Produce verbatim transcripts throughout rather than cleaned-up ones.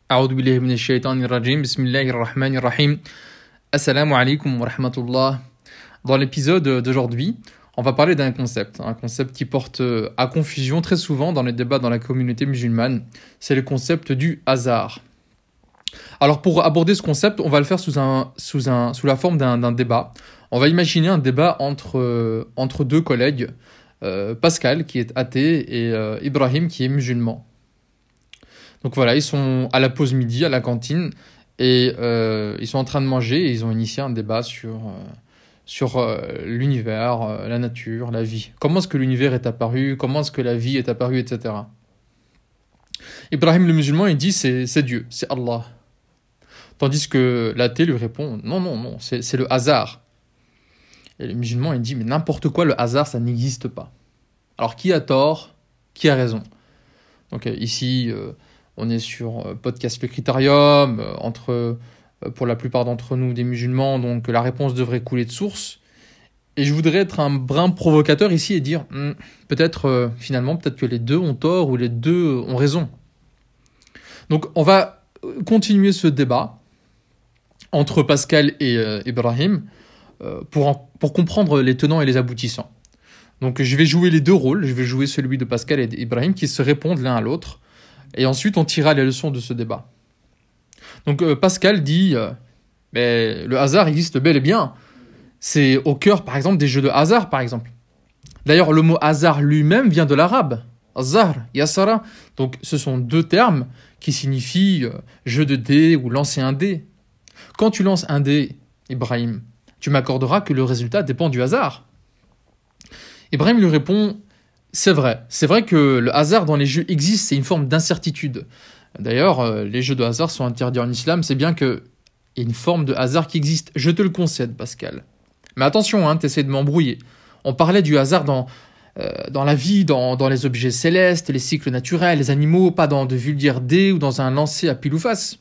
A'udhu billahi minash shaitanir rajim. Bismillahir rahmanir rahim. Assalamu alaikum wa rahmatullah. Dans l'épisode d'aujourd'hui, on va parler d'un concept, un concept qui porte à confusion très souvent dans les débats dans la communauté musulmane. C'est le concept du hasard. Alors pour aborder ce concept, on va le faire sous, un, sous, un, sous la forme d'un, d'un débat. On va imaginer un débat entre, euh, entre deux collègues, euh, Pascal qui est athée et euh, Ibrahim qui est musulman. Donc voilà, ils sont à la pause midi, à la cantine, et euh, ils sont en train de manger et ils ont initié un débat sur, euh, sur euh, l'univers, euh, la nature, la vie. Comment est-ce que l'univers est apparu, comment est-ce que la vie est apparue, et cetera. Ibrahim le musulman, il dit c'est, c'est Dieu, c'est Allah. Tandis que l'athée lui répond non, non, non, c'est, c'est le hasard. Et le musulman, il dit mais n'importe quoi, le hasard, ça n'existe pas. Alors qui a tort, qui a raison? Donc euh, ici... Euh, On est sur Podcast Le Critérium, entre, pour la plupart d'entre nous, des musulmans, donc la réponse devrait couler de source. Et je voudrais être un brin provocateur ici et dire, hmm, peut-être, euh, finalement, peut-être que les deux ont tort ou les deux ont raison. Donc on va continuer ce débat entre Pascal et euh, Ibrahim euh, pour, en, pour comprendre les tenants et les aboutissants. Donc je vais jouer les deux rôles, je vais jouer celui de Pascal et d'Ibrahim qui se répondent l'un à l'autre. Et ensuite, on tirera les leçons de ce débat. Donc, euh, Pascal dit euh, mais le hasard existe bel et bien. C'est au cœur, par exemple, des jeux de hasard, par exemple. D'ailleurs, le mot hasard lui-même vient de l'arabe. Azar, yassara. Donc, ce sont deux termes qui signifient euh, jeu de dés ou lancer un dé. Quand tu lances un dé, Ibrahim, tu m'accorderas que le résultat dépend du hasard. Ibrahim lui répond... C'est vrai, c'est vrai que le hasard dans les jeux existe, c'est une forme d'incertitude. D'ailleurs, euh, les jeux de hasard sont interdits en islam, c'est bien qu'il y a une forme de hasard qui existe. Je te le concède, Pascal. Mais attention, hein, t'essaies de m'embrouiller. On parlait du hasard dans, euh, dans la vie, dans, dans les objets célestes, les cycles naturels, les animaux, pas dans de vulgaires dés ou dans un lancer à pile ou face.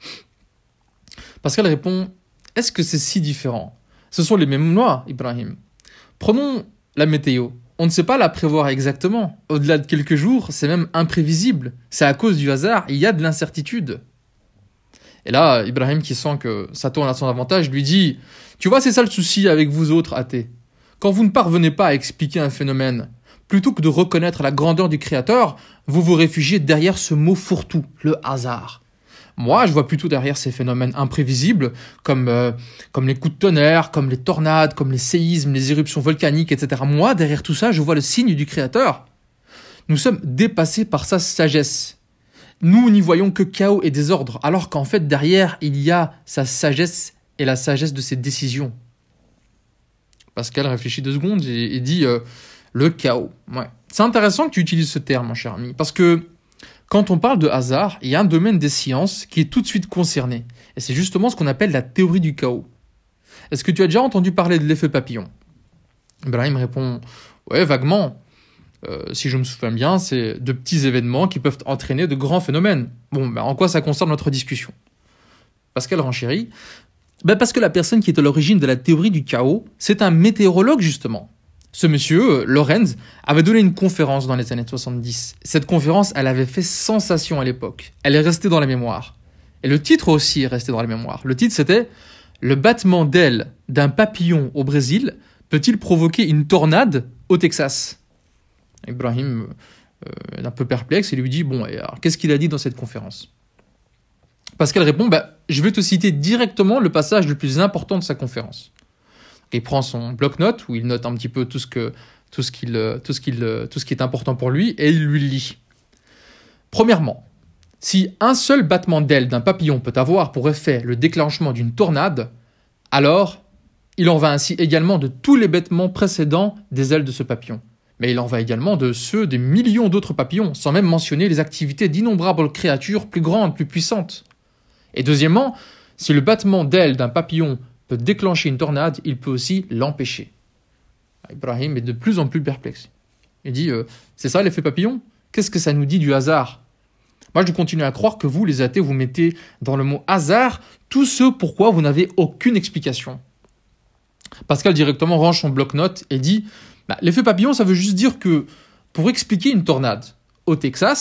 Pascal répond, est-ce que c'est si différent? Ce sont les mêmes lois, Ibrahim. Prenons la météo. On ne sait pas la prévoir exactement. Au-delà de quelques jours, c'est même imprévisible. C'est à cause du hasard, il y a de l'incertitude. Et là, Ibrahim, qui sent que ça tourne à son avantage, lui dit « Tu vois, c'est ça le souci avec vous autres athées. Quand vous ne parvenez pas à expliquer un phénomène, plutôt que de reconnaître la grandeur du Créateur, vous vous réfugiez derrière ce mot fourre-tout, le hasard. » Moi, je vois plutôt derrière ces phénomènes imprévisibles, comme, euh, comme les coups de tonnerre, comme les tornades, comme les séismes, les éruptions volcaniques, et cetera. Moi, derrière tout ça, je vois le signe du Créateur. Nous sommes dépassés par sa sagesse. Nous n'y voyons que chaos et désordre, alors qu'en fait, derrière, il y a sa sagesse et la sagesse de ses décisions. Pascal réfléchit deux secondes et, et dit euh, le chaos. Ouais. C'est intéressant que tu utilises ce terme, mon cher ami, parce que quand on parle de hasard, il y a un domaine des sciences qui est tout de suite concerné. Et c'est justement ce qu'on appelle la théorie du chaos. Est-ce que tu as déjà entendu parler de l'effet papillon? Ibrahim répond « Ouais, vaguement. Euh, si je me souviens bien, c'est de petits événements qui peuvent entraîner de grands phénomènes. » Bon, ben, en quoi ça concerne notre discussion? Pascal renchérit. Ben, parce que la personne qui est à l'origine de la théorie du chaos, c'est un météorologue justement. Ce monsieur, Lorenz, avait donné une conférence dans les années soixante-dix. Cette conférence, elle avait fait sensation à l'époque. Elle est restée dans la mémoire. Et le titre aussi est resté dans la mémoire. Le titre, c'était « Le battement d'ailes d'un papillon au Brésil peut-il provoquer une tornade au Texas ?» Ibrahim euh, est un peu perplexe et lui dit « Bon, et alors, qu'est-ce qu'il a dit dans cette conférence ?» Pascal répond bah, « Je vais te citer directement le passage le plus important de sa conférence. » Il prend son bloc-notes où il note un petit peu tout ce, que, tout, ce qu'il, tout, ce qu'il, tout ce qui est important pour lui et il lui lit. Premièrement, si un seul battement d'aile d'un papillon peut avoir pour effet le déclenchement d'une tornade, alors il en va ainsi également de tous les battements précédents des ailes de ce papillon. Mais il en va également de ceux des millions d'autres papillons, sans même mentionner les activités d'innombrables créatures plus grandes, plus puissantes. Et deuxièmement, si le battement d'aile d'un papillon peut déclencher une tornade, il peut aussi l'empêcher. Ibrahim est de plus en plus perplexe. Il dit, euh, c'est ça l'effet papillon? Qu'est-ce que ça nous dit du hasard? Moi, je continue à croire que vous, les athées, vous mettez dans le mot hasard tout ce pourquoi vous n'avez aucune explication. Pascal directement range son bloc-notes et dit, bah, l'effet papillon, ça veut juste dire que pour expliquer une tornade au Texas,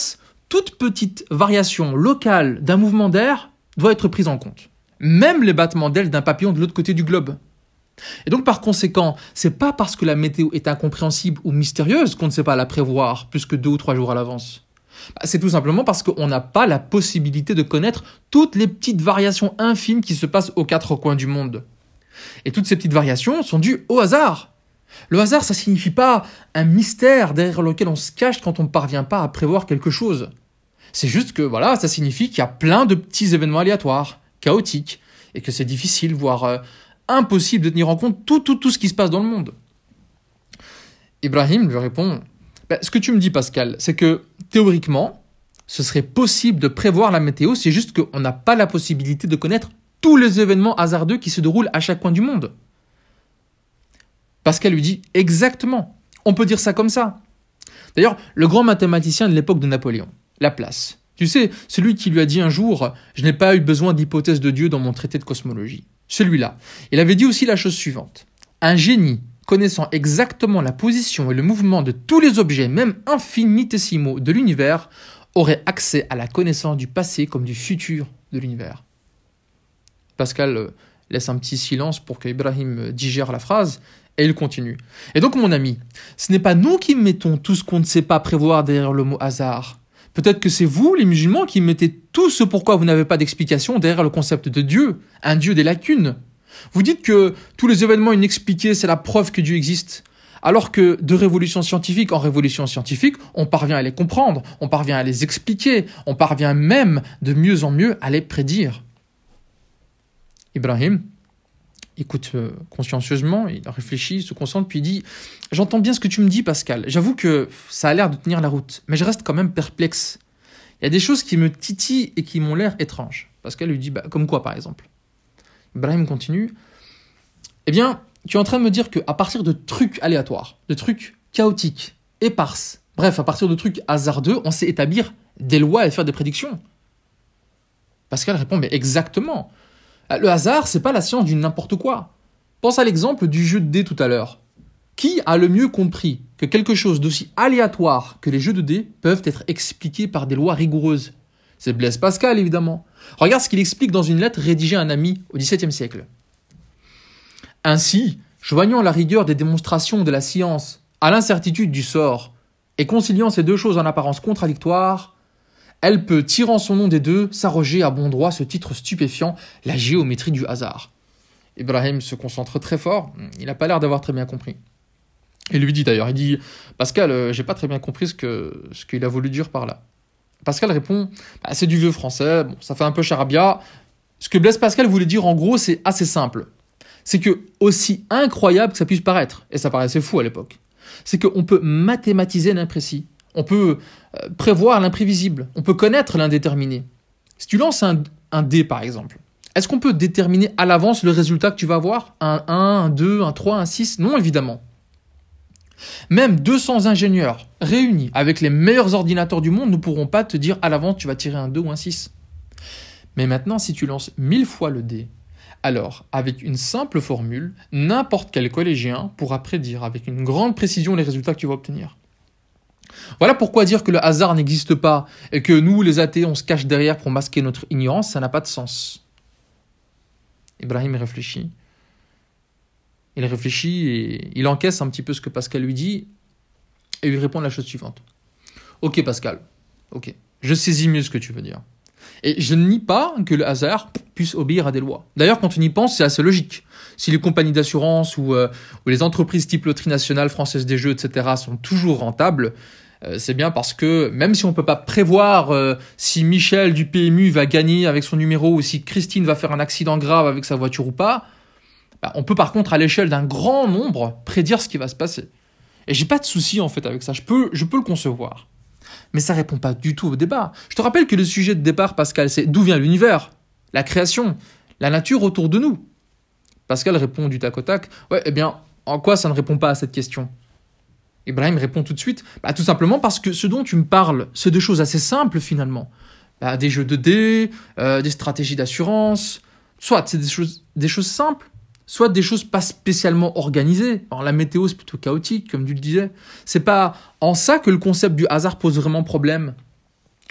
toute petite variation locale d'un mouvement d'air doit être prise en compte. Même les battements d'ailes d'un papillon de l'autre côté du globe. Et donc par conséquent, c'est pas parce que la météo est incompréhensible ou mystérieuse qu'on ne sait pas la prévoir plus que deux ou trois jours à l'avance. C'est tout simplement parce qu'on n'a pas la possibilité de connaître toutes les petites variations infimes qui se passent aux quatre coins du monde. Et toutes ces petites variations sont dues au hasard. Le hasard, ça signifie pas un mystère derrière lequel on se cache quand on ne parvient pas à prévoir quelque chose. C'est juste que voilà, ça signifie qu'il y a plein de petits événements aléatoires, chaotiques, et que c'est difficile, voire euh, impossible de tenir en compte tout, tout, tout ce qui se passe dans le monde. Ibrahim lui répond, bah, ce que tu me dis Pascal, c'est que théoriquement, ce serait possible de prévoir la météo, c'est juste qu'on n'a pas la possibilité de connaître tous les événements hasardeux qui se déroulent à chaque coin du monde. Pascal lui dit, exactement, on peut dire ça comme ça. D'ailleurs, le grand mathématicien de l'époque de Napoléon, Laplace, tu sais, celui qui lui a dit un jour « Je n'ai pas eu besoin d'hypothèse de Dieu dans mon traité de cosmologie ». Celui-là, il avait dit aussi la chose suivante. Un génie connaissant exactement la position et le mouvement de tous les objets, même infinitésimaux de l'univers, aurait accès à la connaissance du passé comme du futur de l'univers. Pascal laisse un petit silence pour que Ibrahim digère la phrase et il continue. Et donc mon ami, ce n'est pas nous qui mettons tout ce qu'on ne sait pas prévoir derrière le mot hasard. Peut-être que c'est vous, les musulmans, qui mettez tout ce pourquoi vous n'avez pas d'explication derrière le concept de Dieu, un Dieu des lacunes. Vous dites que tous les événements inexpliqués, c'est la preuve que Dieu existe. Alors que de révolution scientifique en révolution scientifique, on parvient à les comprendre, on parvient à les expliquer, on parvient même de mieux en mieux à les prédire. Ibrahim écoute euh, consciencieusement, il réfléchit, se concentre, puis il dit « J'entends bien ce que tu me dis, Pascal. J'avoue que ça a l'air de tenir la route, mais je reste quand même perplexe. Il y a des choses qui me titillent et qui m'ont l'air étranges. » Pascal lui dit bah, « Comme quoi, par exemple ?» Ibrahim continue « Eh bien, tu es en train de me dire qu'à partir de trucs aléatoires, de trucs chaotiques, éparses, bref, à partir de trucs hasardeux, on sait établir des lois et faire des prédictions. » Pascal répond « Mais exactement. Le hasard, c'est pas la science du n'importe quoi. Pense à l'exemple du jeu de dés tout à l'heure. Qui a le mieux compris que quelque chose d'aussi aléatoire que les jeux de dés peuvent être expliqués par des lois rigoureuses? C'est Blaise Pascal, évidemment. Regarde ce qu'il explique dans une lettre rédigée à un ami au dix-septième siècle. Ainsi, joignant la rigueur des démonstrations de la science à l'incertitude du sort et conciliant ces deux choses en apparence contradictoires, elle peut, tirant son nom des deux, s'arroger à bon droit ce titre stupéfiant, la géométrie du hasard. Ibrahim se concentre très fort, il n'a pas l'air d'avoir très bien compris. Il lui dit d'ailleurs, il dit « Pascal, euh, j'ai pas très bien compris ce que ce qu'il a voulu dire par là. » Pascal répond bah, « C'est du vieux français, bon, ça fait un peu charabia. Ce que Blaise Pascal voulait dire en gros, c'est assez simple. C'est que, aussi incroyable que ça puisse paraître, et ça paraissait fou à l'époque, c'est qu'on peut mathématiser l'imprécis. On peut euh, prévoir l'imprévisible. On peut connaître l'indéterminé. Si tu lances un, un dé, par exemple, est-ce qu'on peut déterminer à l'avance le résultat que tu vas avoir? Un un, un deux, un trois, un six? Non, évidemment. Même deux cents ingénieurs réunis avec les meilleurs ordinateurs du monde ne pourront pas te dire à l'avance tu vas tirer un deux ou un six. Mais maintenant, si tu lances mille fois le dé, alors, avec une simple formule, n'importe quel collégien pourra prédire avec une grande précision les résultats que tu vas obtenir. Voilà pourquoi dire que le hasard n'existe pas et que nous, les athées, on se cache derrière pour masquer notre ignorance, ça n'a pas de sens. Ibrahim réfléchit. Il réfléchit et il encaisse un petit peu ce que Pascal lui dit et lui répond la chose suivante. Ok Pascal, ok, je saisis mieux ce que tu veux dire. Et je ne nie pas que le hasard puisse obéir à des lois. D'ailleurs, quand on y pense, c'est assez logique. Si les compagnies d'assurance ou, euh, ou les entreprises type Loterie Nationale, Française des Jeux, et cetera sont toujours rentables, euh, c'est bien parce que même si on ne peut pas prévoir euh, si Michel du P M U va gagner avec son numéro ou si Christine va faire un accident grave avec sa voiture ou pas, bah, on peut par contre à l'échelle d'un grand nombre prédire ce qui va se passer. Et j'ai pas de souci en fait avec ça, je peux, je peux le concevoir. Mais ça répond pas du tout au débat. Je te rappelle que le sujet de départ, Pascal, c'est d'où vient l'univers, la création, la nature autour de nous. Pascal répond du tac au tac, ouais, eh bien, en quoi ça ne répond pas à cette question? Ibrahim répond tout de suite, bah, tout simplement parce que ce dont tu me parles, c'est de choses assez simples finalement. Bah, des jeux de dés, euh, des stratégies d'assurance, soit c'est des choses, des choses simples, soit des choses pas spécialement organisées. Alors, la météo, c'est plutôt chaotique, comme tu le disais. C'est pas en ça que le concept du hasard pose vraiment problème.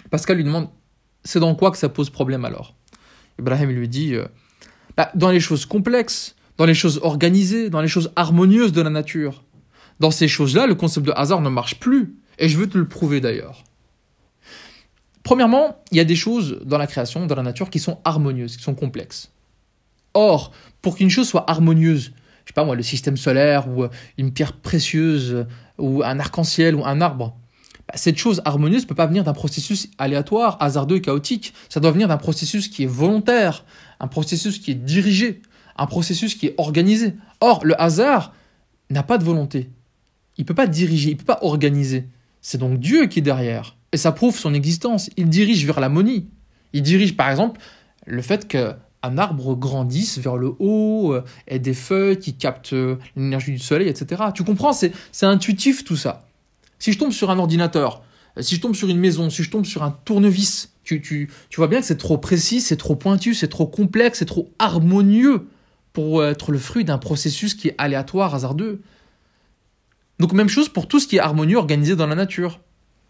Pascal lui demande, c'est dans quoi que ça pose problème alors? Ibrahim lui dit, euh, bah, dans les choses complexes, dans les choses organisées, dans les choses harmonieuses de la nature. Dans ces choses-là, le concept de hasard ne marche plus. Et je veux te le prouver d'ailleurs. Premièrement, il y a des choses dans la création, dans la nature, qui sont harmonieuses, qui sont complexes. Or, pour qu'une chose soit harmonieuse, je sais pas moi, le système solaire, ou une pierre précieuse, ou un arc-en-ciel, ou un arbre, bah, cette chose harmonieuse ne peut pas venir d'un processus aléatoire, hasardeux, chaotique. Ça doit venir d'un processus qui est volontaire, un processus qui est dirigé, un processus qui est organisé. Or, le hasard n'a pas de volonté. Il ne peut pas diriger, il ne peut pas organiser. C'est donc Dieu qui est derrière. Et ça prouve son existence. Il dirige vers l'harmonie. Il dirige par exemple le fait qu'un arbre grandisse vers le haut, euh, ait des feuilles qui captent euh, l'énergie du soleil, et cetera. Tu comprends, c'est, c'est intuitif tout ça. Si je tombe sur un ordinateur, si je tombe sur une maison, si je tombe sur un tournevis, tu, tu, tu vois bien que c'est trop précis, c'est trop pointu, c'est trop complexe, c'est trop harmonieux pour être le fruit d'un processus qui est aléatoire, hasardeux. Donc même chose pour tout ce qui est harmonieux, organisé dans la nature.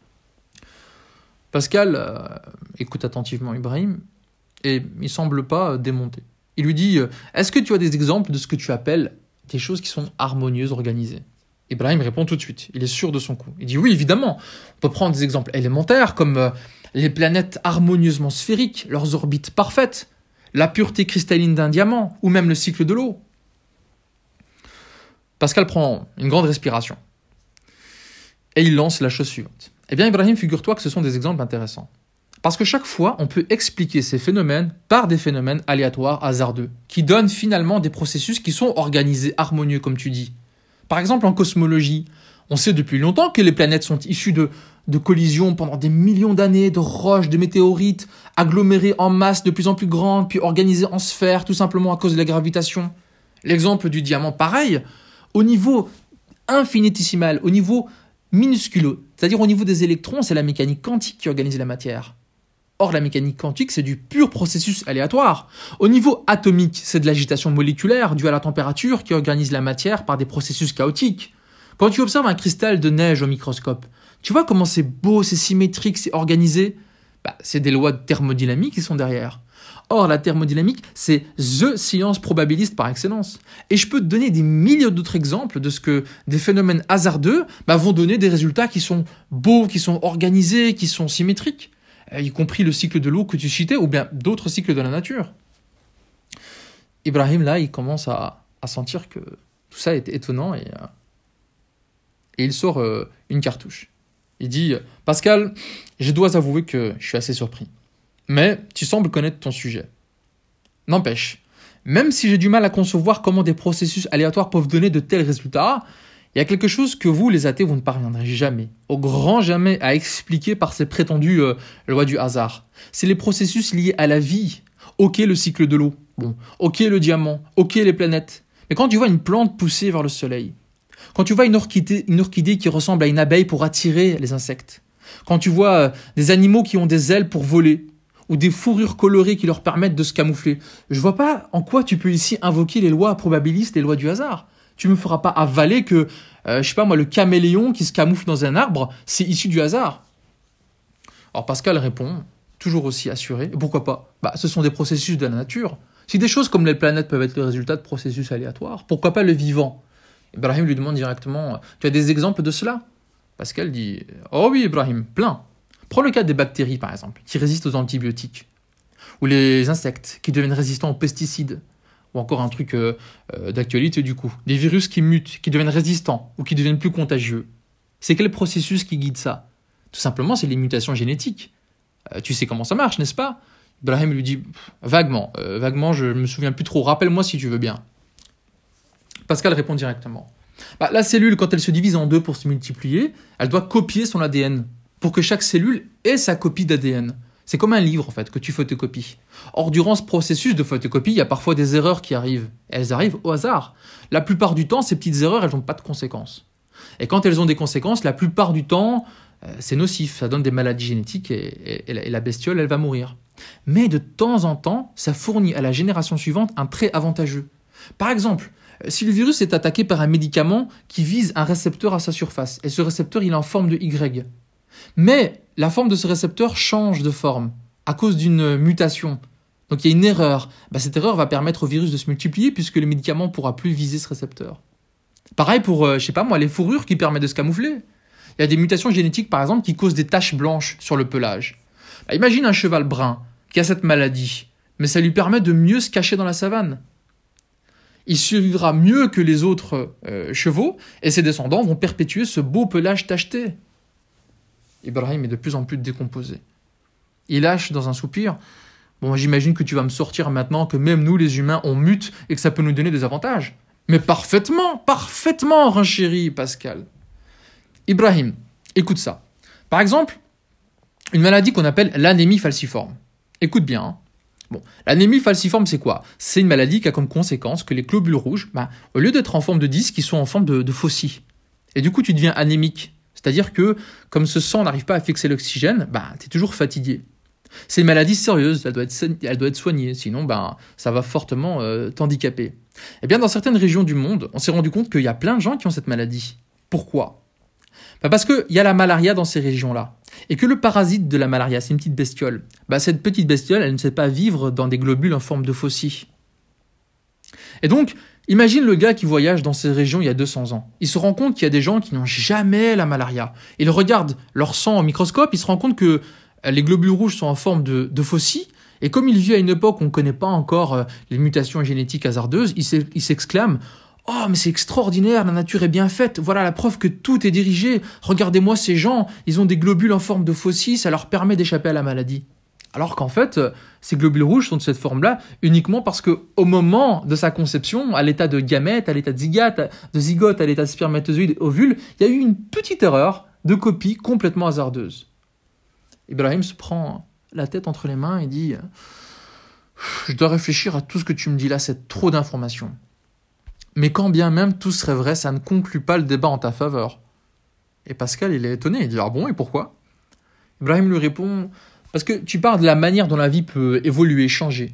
Pascal euh, écoute attentivement Ibrahim et il semble pas démonter. Il lui dit euh, « Est-ce que tu as des exemples de ce que tu appelles des choses qui sont harmonieuses, organisées ?» Ibrahim répond tout de suite, il est sûr de son coup. Il dit « Oui, évidemment, on peut prendre des exemples élémentaires comme euh, les planètes harmonieusement sphériques, leurs orbites parfaites, la pureté cristalline d'un diamant ou même le cycle de l'eau. » Pascal prend une grande respiration et il lance la chose suivante. Eh bien, Ibrahim, figure-toi que ce sont des exemples intéressants. Parce que chaque fois, on peut expliquer ces phénomènes par des phénomènes aléatoires, hasardeux, qui donnent finalement des processus qui sont organisés, harmonieux, comme tu dis. Par exemple, en cosmologie, on sait depuis longtemps que les planètes sont issues de, de collisions pendant des millions d'années, de roches, de météorites, agglomérées en masse de plus en plus grandes, puis organisées en sphères, tout simplement à cause de la gravitation. L'exemple du diamant, pareil, au niveau infinitésimal, au niveau minuscule, c'est-à-dire au niveau des électrons, c'est la mécanique quantique qui organise la matière. Or, la mécanique quantique, c'est du pur processus aléatoire. Au niveau atomique, c'est de l'agitation moléculaire due à la température qui organise la matière par des processus chaotiques. Quand tu observes un cristal de neige au microscope, tu vois comment c'est beau, c'est symétrique, c'est organisé? Bah, c'est des lois de thermodynamique qui sont derrière. Or, la thermodynamique, c'est the science probabiliste par excellence. Et je peux te donner des milliers d'autres exemples de ce que des phénomènes hasardeux bah, vont donner des résultats qui sont beaux, qui sont organisés, qui sont symétriques, y compris le cycle de l'eau que tu citais, ou bien d'autres cycles de la nature. Ibrahim, là, il commence à, à sentir que tout ça est étonnant et, euh, et il sort euh, une cartouche. Il dit « Pascal, je dois avouer que je suis assez surpris. Mais tu sembles connaître ton sujet. N'empêche, même si j'ai du mal à concevoir comment des processus aléatoires peuvent donner de tels résultats, il y a quelque chose que vous, les athées, vous ne parviendrez jamais, au grand jamais, à expliquer par ces prétendues euh, lois du hasard. C'est les processus liés à la vie. Ok, le cycle de l'eau. Bon, ok, le diamant. Ok, les planètes. Mais quand tu vois une plante pousser vers le soleil, quand tu vois une orchidée, une orchidée qui ressemble à une abeille pour attirer les insectes, quand tu vois euh, des animaux qui ont des ailes pour voler, ou des fourrures colorées qui leur permettent de se camoufler. Je vois pas en quoi tu peux ici invoquer les lois probabilistes, les lois du hasard. Tu me feras pas avaler que, euh, je sais pas moi, le caméléon qui se camoufle dans un arbre, c'est issu du hasard. Alors Pascal répond, toujours aussi assuré, et pourquoi pas? Bah, ce sont des processus de la nature. Si des choses comme les planètes peuvent être le résultat de processus aléatoires, pourquoi pas le vivant? Ibrahim lui demande directement, tu as des exemples de cela? Pascal dit, oh oui Ibrahim, plein. Prends le cas des bactéries, par exemple, qui résistent aux antibiotiques, ou les insectes qui deviennent résistants aux pesticides, ou encore un truc euh, euh, d'actualité du coup, des virus qui mutent, qui deviennent résistants, ou qui deviennent plus contagieux. C'est quel processus qui guide ça? Tout simplement, c'est les mutations génétiques. Euh, tu sais comment ça marche, n'est-ce pas? Ibrahim lui dit, vaguement, euh, vaguement, je me souviens plus trop, rappelle-moi si tu veux bien. Pascal répond directement. Bah, la cellule, quand elle se divise en deux pour se multiplier, elle doit copier son A D N. Pour que chaque cellule ait sa copie d'A D N. C'est comme un livre, en fait, que tu photocopies. Or, durant ce processus de photocopie, il y a parfois des erreurs qui arrivent. Elles arrivent au hasard. La plupart du temps, ces petites erreurs, elles n'ont pas de conséquences. Et quand elles ont des conséquences, la plupart du temps, euh, c'est nocif. Ça donne des maladies génétiques et, et, et, la, et la bestiole, elle va mourir. Mais de temps en temps, ça fournit à la génération suivante un trait avantageux. Par exemple, si le virus est attaqué par un médicament qui vise un récepteur à sa surface, et ce récepteur, il est en forme de Y, Mais la forme de ce récepteur change de forme à cause d'une mutation. Donc il y a une erreur. Bah, cette erreur va permettre au virus de se multiplier puisque le médicament ne pourra plus viser ce récepteur. Pareil pour, euh, je sais pas moi, les fourrures qui permettent de se camoufler. Il y a des mutations génétiques, par exemple, qui causent des taches blanches sur le pelage. Bah, imagine un cheval brun qui a cette maladie, mais ça lui permet de mieux se cacher dans la savane. Il survivra mieux que les autres euh, chevaux, et ses descendants vont perpétuer ce beau pelage tacheté. Ibrahim est de plus en plus décomposé. Il lâche dans un soupir. Bon, j'imagine que tu vas me sortir maintenant que même nous, les humains, on mute et que ça peut nous donner des avantages. Mais parfaitement, parfaitement, renchérit Pascal. Ibrahim, écoute ça. Par exemple, une maladie qu'on appelle l'anémie falciforme. Écoute bien. Hein. Bon, l'anémie falciforme, c'est quoi? C'est une maladie qui a comme conséquence que les globules rouges, bah, au lieu d'être en forme de disque, ils sont en forme de, de faucilles. Et du coup, tu deviens anémique. C'est-à-dire que, comme ce sang n'arrive pas à fixer l'oxygène, bah, tu es toujours fatigué. C'est une maladie sérieuse, elle doit être, elle doit être soignée, sinon bah, ça va fortement euh, t'handicaper. Eh bien, dans certaines régions du monde, on s'est rendu compte qu'il y a plein de gens qui ont cette maladie. Pourquoi? Bah parce qu'il y a la malaria dans ces régions-là. Et que le parasite de la malaria, c'est une petite bestiole. Bah, cette petite bestiole, elle ne sait pas vivre dans des globules en forme de faucilles. Et donc, imagine le gars qui voyage dans ces régions il y a deux cents ans. Il se rend compte qu'il y a des gens qui n'ont jamais la malaria. Il regarde leur sang au microscope, il se rend compte que les globules rouges sont en forme de, de faucilles. Et comme il vit à une époque où on ne connaît pas encore euh, les mutations génétiques hasardeuses, il s'exclame « Oh, mais c'est extraordinaire, la nature est bien faite. Voilà la preuve que tout est dirigé. Regardez-moi ces gens, ils ont des globules en forme de faucilles, ça leur permet d'échapper à la maladie. » Alors qu'en fait, euh, ces globules rouges sont de cette forme-là uniquement parce qu'au moment de sa conception, à l'état de gamète, à l'état de zygote, de zygote, à l'état de spermatozoïde, ovule, il y a eu une petite erreur de copie complètement hasardeuse. Ibrahim se prend la tête entre les mains et dit « Je dois réfléchir à tout ce que tu me dis là, c'est trop d'informations. Mais quand bien même tout serait vrai, ça ne conclut pas le débat en ta faveur. » Et Pascal, il est étonné, il dit « Ah bon, et pourquoi ?» Ibrahim lui répond « Parce que tu parles de la manière dont la vie peut évoluer, changer.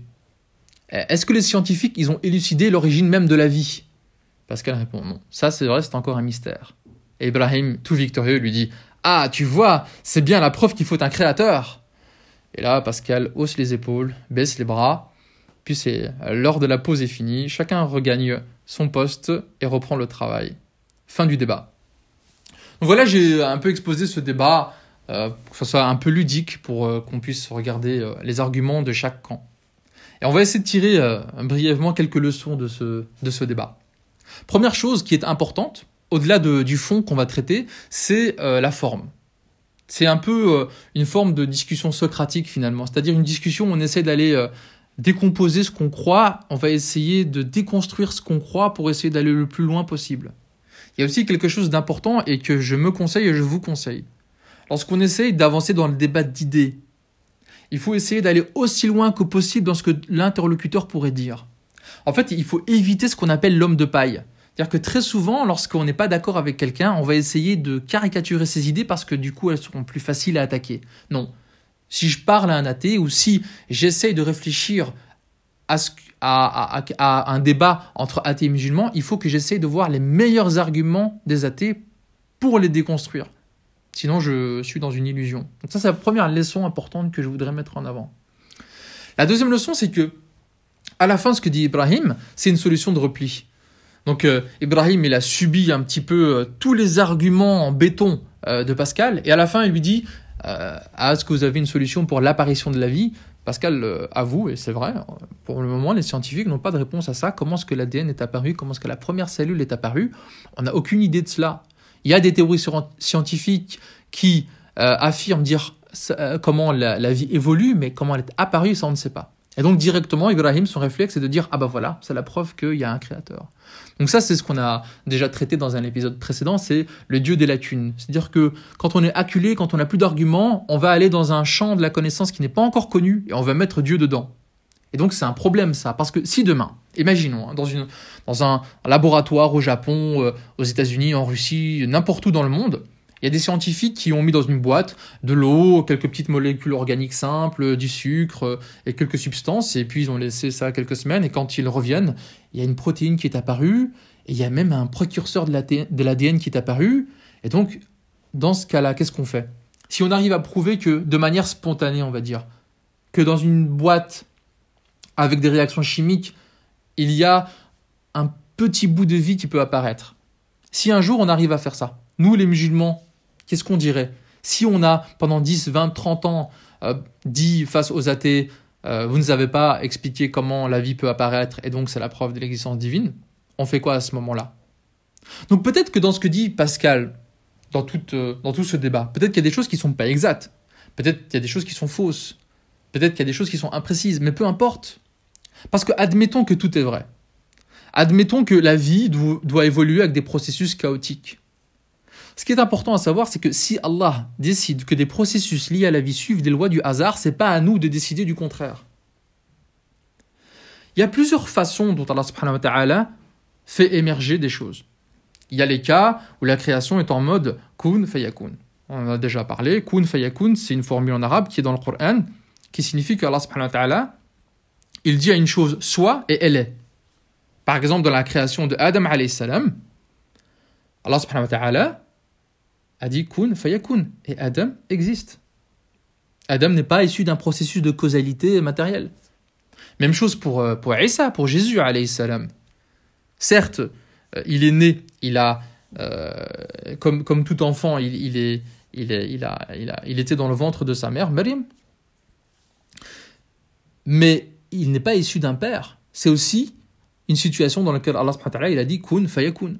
Est-ce que les scientifiques, ils ont élucidé l'origine même de la vie ?» Pascal répond « Non, ça c'est vrai, c'est encore un mystère. » Et Ibrahim, tout victorieux, lui dit « Ah, tu vois, c'est bien la preuve qu'il faut un créateur. » Et là, Pascal hausse les épaules, baisse les bras, puis c'est l'heure de la pause est finie, chacun regagne son poste et reprend le travail. Fin du débat. Donc voilà, j'ai un peu exposé ce débat euh, pour que ce soit un peu ludique, pour euh, qu'on puisse regarder euh, les arguments de chaque camp. Et on va essayer de tirer euh, brièvement quelques leçons de ce, de ce débat. Première chose qui est importante, au-delà de, du fond qu'on va traiter, c'est euh, la forme. C'est un peu euh, une forme de discussion socratique finalement, c'est-à-dire une discussion où on essaie d'aller euh, décomposer ce qu'on croit, on va essayer de déconstruire ce qu'on croit pour essayer d'aller le plus loin possible. Il y a aussi quelque chose d'important et que je me conseille et je vous conseille. Lorsqu'on essaye d'avancer dans le débat d'idées, il faut essayer d'aller aussi loin que possible dans ce que l'interlocuteur pourrait dire. En fait, il faut éviter ce qu'on appelle l'homme de paille. C'est-à-dire que très souvent, lorsqu'on n'est pas d'accord avec quelqu'un, on va essayer de caricaturer ses idées parce que du coup, elles seront plus faciles à attaquer. Non. Si je parle à un athée ou si j'essaye de réfléchir à, ce, à, à, à un débat entre athées et musulmans, il faut que j'essaye de voir les meilleurs arguments des athées pour les déconstruire. Sinon, je suis dans une illusion. Donc ça, c'est la première leçon importante que je voudrais mettre en avant. La deuxième leçon, c'est que, à la fin, ce que dit Ibrahim, c'est une solution de repli. Donc euh, Ibrahim, il a subi un petit peu euh, tous les arguments en béton euh, de Pascal, et à la fin, il lui dit euh, « Ah, est-ce que vous avez une solution pour l'apparition de la vie ?» Pascal euh, avoue, et c'est vrai, pour le moment, les scientifiques n'ont pas de réponse à ça. Comment est-ce que l'A D N est apparu? Comment est-ce que la première cellule est apparue? On n'a aucune idée de cela. Il y a des théories scientifiques qui euh, affirment dire euh, comment la, la vie évolue, mais comment elle est apparue, ça on ne sait pas. Et donc directement, Ibrahim, son réflexe, c'est de dire « Ah bah voilà, c'est la preuve qu'il y a un créateur ». Donc ça, c'est ce qu'on a déjà traité dans un épisode précédent, c'est le dieu des lacunes. C'est-à-dire que quand on est acculé, quand on n'a plus d'arguments, on va aller dans un champ de la connaissance qui n'est pas encore connu et on va mettre Dieu dedans. Et donc c'est un problème ça, parce que si demain, imaginons, hein, dans, une, dans un laboratoire au Japon, euh, aux États-Unis, en Russie, n'importe où dans le monde, il y a des scientifiques qui ont mis dans une boîte de l'eau, quelques petites molécules organiques simples, du sucre et quelques substances, et puis ils ont laissé ça quelques semaines, et quand ils reviennent, il y a une protéine qui est apparue, et il y a même un précurseur de l'A D N qui est apparu, et donc, dans ce cas-là, qu'est-ce qu'on fait ? si on arrive à prouver que, de manière spontanée, on va dire, que dans une boîte avec des réactions chimiques, il y a un petit bout de vie qui peut apparaître. Si un jour on arrive à faire ça, nous les musulmans, qu'est-ce qu'on dirait ? Si on a pendant dix, vingt, trente ans euh, dit face aux athées, euh, vous ne savez pas expliquer comment la vie peut apparaître et donc c'est la preuve de l'existence divine, on fait quoi à ce moment-là ? Donc peut-être que dans ce que dit Pascal, dans tout, euh, dans tout ce débat, peut-être qu'il y a des choses qui ne sont pas exactes, peut-être qu'il y a des choses qui sont fausses, peut-être qu'il y a des choses qui sont imprécises, mais peu importe. Parce que admettons que tout est vrai. Admettons que la vie do- doit évoluer avec des processus chaotiques. Ce qui est important à savoir, c'est que si Allah décide que des processus liés à la vie suivent des lois du hasard, c'est pas à nous de décider du contraire. Il y a plusieurs façons dont Allah subhanahu wa ta'ala fait émerger des choses. Il y a les cas où la création est en mode kun fayakun. On en a déjà parlé. Kun fayakun, c'est une formule en arabe qui est dans le Coran, qui signifie que Allah subhanahu wa ta'ala, il dit à une chose soit et elle est. Par exemple, dans la création de Adam alayhi salam, Allah subhanahu wa ta'ala a dit kun fayakun et Adam existe. Adam n'est pas issu d'un processus de causalité matérielle. Même chose pour, pour Isa, pour Jésus alayhi salam. Certes, il est né, il a, euh, comme, comme tout enfant, il, il, est, il, est, il, a, il, a, il était dans le ventre de sa mère, Maryam. Mais il n'est pas issu d'un père. C'est aussi une situation dans laquelle Allah subhanahu wa ta'ala il a dit kun fayakun.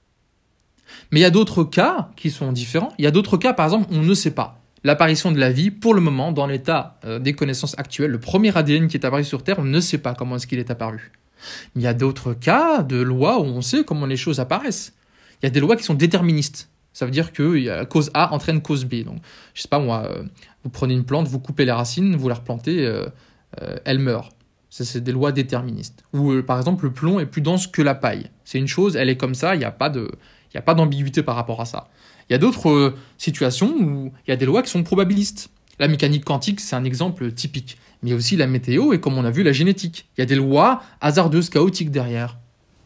Mais il y a d'autres cas qui sont différents. Il y a d'autres cas, par exemple, on ne sait pas. L'apparition de la vie, pour le moment, dans l'état euh, des connaissances actuelles, le premier A D N qui est apparu sur Terre, on ne sait pas comment est-ce qu'il est apparu. Mais il y a d'autres cas de lois où on sait comment les choses apparaissent. Il y a des lois qui sont déterministes. Ça veut dire que cause A entraîne cause B. Donc, je sais pas moi, euh, vous prenez une plante, vous coupez les racines, vous la replantez, euh, euh, elle meurt. Ça, c'est des lois déterministes. Ou euh, par exemple, le plomb est plus dense que la paille. C'est une chose, elle est comme ça, il n'y a pas de, il n'y a pas d'ambiguïté par rapport à ça. Il y a d'autres euh, situations où il y a des lois qui sont probabilistes. La mécanique quantique, c'est un exemple typique. Mais il y a aussi la météo et, comme on a vu, la génétique. Il y a des lois hasardeuses, chaotiques derrière.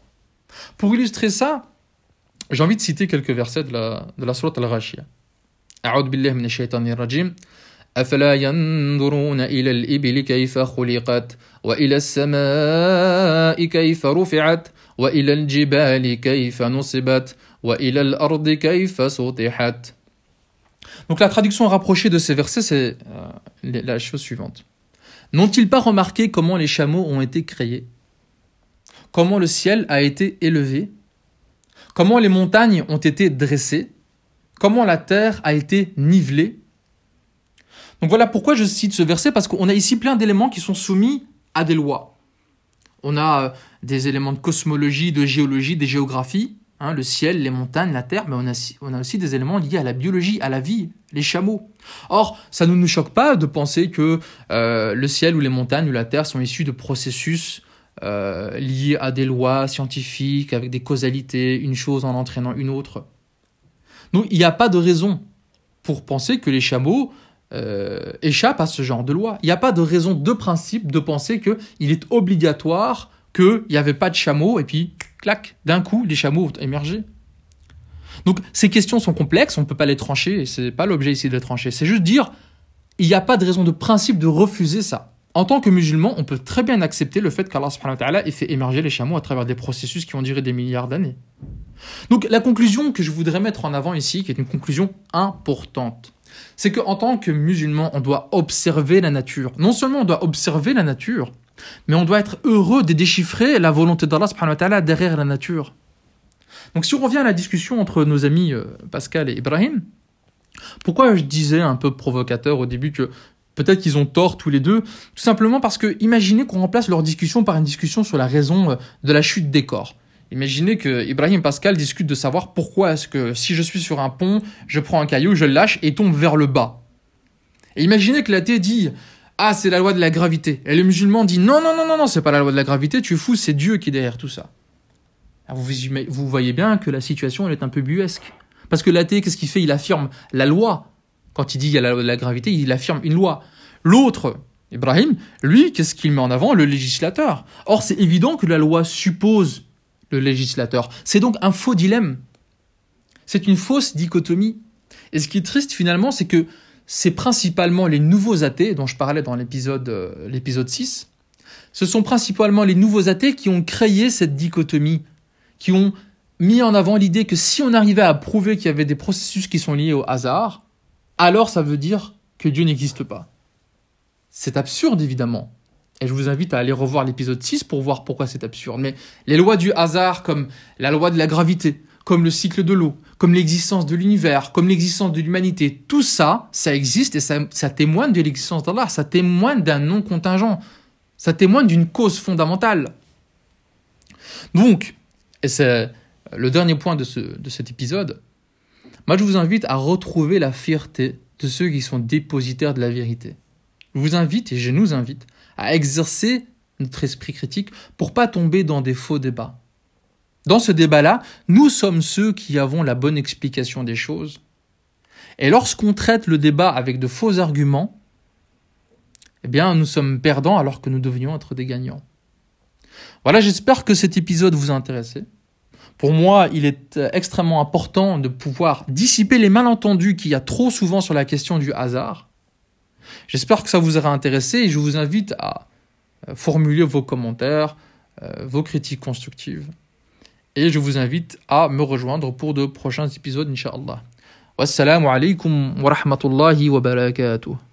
Pour illustrer ça, j'ai envie de citer quelques versets de la, de la sourate Al-Ghashiyah. A'udhu billahi minash shaitanir rajim. أفلا ينظرون إلى الإبل كيف خلقت وإلى السماء كيف رفعت وإلى الجبال كيف نصبت وإلى الأرض كيف سطحت. Donc la traduction rapprochée de ces versets, c'est euh, la chose suivante. N'ont-ils pas remarqué comment les chameaux ont été créés? Comment le ciel a été élevé? Comment les montagnes ont été dressées? Comment la terre a été nivelée? Donc voilà pourquoi je cite ce verset, parce qu'on a ici plein d'éléments qui sont soumis à des lois. On a euh, des éléments de cosmologie, de géologie, des géographies, hein, le ciel, les montagnes, la terre, mais on a, on a aussi des éléments liés à la biologie, à la vie, les chameaux. Or, ça ne nous choque pas de penser que euh, le ciel ou les montagnes ou la terre sont issus de processus euh, liés à des lois scientifiques, avec des causalités, une chose en entraînant une autre. Donc, il n'y a pas de raison pour penser que les chameaux Euh, échappe à ce genre de loi. Il n'y a pas de raison de principe de penser qu'il est obligatoire qu'il n'y avait pas de chameaux et puis, clac, d'un coup, les chameaux ont émergé. Donc, ces questions sont complexes, on ne peut pas les trancher, et ce n'est pas l'objet ici de les trancher. C'est juste dire, il n'y a pas de raison de principe de refuser ça. En tant que musulman, on peut très bien accepter le fait qu'Allah subhanahu wa ta'ala ait fait émerger les chameaux à travers des processus qui ont duré des milliards d'années. Donc, la conclusion que je voudrais mettre en avant ici, qui est une conclusion importante, c'est qu'en tant que musulman, on doit observer la nature. Non seulement on doit observer la nature, mais on doit être heureux de déchiffrer la volonté d'Allah subhanahu wa ta'ala derrière la nature. Donc si on revient à la discussion entre nos amis euh, Pascal et Ibrahim, pourquoi je disais un peu provocateur au début que peut-être qu'ils ont tort tous les deux? Tout simplement parce que imaginez qu'on remplace leur discussion par une discussion sur la raison euh, de la chute des corps. Imaginez que Ibrahim et Pascal discutent de savoir pourquoi est-ce que si je suis sur un pont, je prends un caillou, je le lâche et tombe vers le bas. Et imaginez que l'athée dit « Ah, c'est la loi de la gravité ». Et le musulman dit « Non, non, non, non, non, c'est pas la loi de la gravité, tu es fou, c'est Dieu qui est derrière tout ça ». Alors vous, vous voyez bien que la situation elle est un peu buesque. Parce que l'athée, qu'est-ce qu'il fait? Il affirme la loi. Quand il dit il y a la loi de la gravité, il affirme une loi. L'autre, Ibrahim, lui, qu'est-ce qu'il met en avant? Le législateur. Or, c'est évident que la loi suppose le législateur. C'est donc un faux dilemme. C'est une fausse dichotomie. Et ce qui est triste finalement, c'est que c'est principalement les nouveaux athées, dont je parlais dans l'épisode, euh, l'épisode six. Ce sont principalement les nouveaux athées qui ont créé cette dichotomie, qui ont mis en avant l'idée que si on arrivait à prouver qu'il y avait des processus qui sont liés au hasard, alors ça veut dire que Dieu n'existe pas. C'est absurde, évidemment. Et je vous invite à aller revoir l'épisode six pour voir pourquoi c'est absurde. Mais les lois du hasard, comme la loi de la gravité, comme le cycle de l'eau, comme l'existence de l'univers, comme l'existence de l'humanité, tout ça, ça existe et ça, ça témoigne de l'existence d'Allah, ça témoigne d'un non contingent, ça témoigne d'une cause fondamentale. Donc, et c'est le dernier point de, ce, de cet épisode, moi je vous invite à retrouver la fierté de ceux qui sont dépositaires de la vérité. Je vous invite, et je nous invite, à exercer notre esprit critique pour pas tomber dans des faux débats. Dans ce débat-là, nous sommes ceux qui avons la bonne explication des choses. Et lorsqu'on traite le débat avec de faux arguments, eh bien, nous sommes perdants alors que nous devrions être des gagnants. Voilà, j'espère que cet épisode vous a intéressé. Pour moi, il est extrêmement important de pouvoir dissiper les malentendus qu'il y a trop souvent sur la question du hasard. J'espère que ça vous aura intéressé et je vous invite à formuler vos commentaires, vos critiques constructives. Et je vous invite à me rejoindre pour de prochains épisodes, Inch'Allah. Wassalamu alaikum wa rahmatullahi wa barakatuh.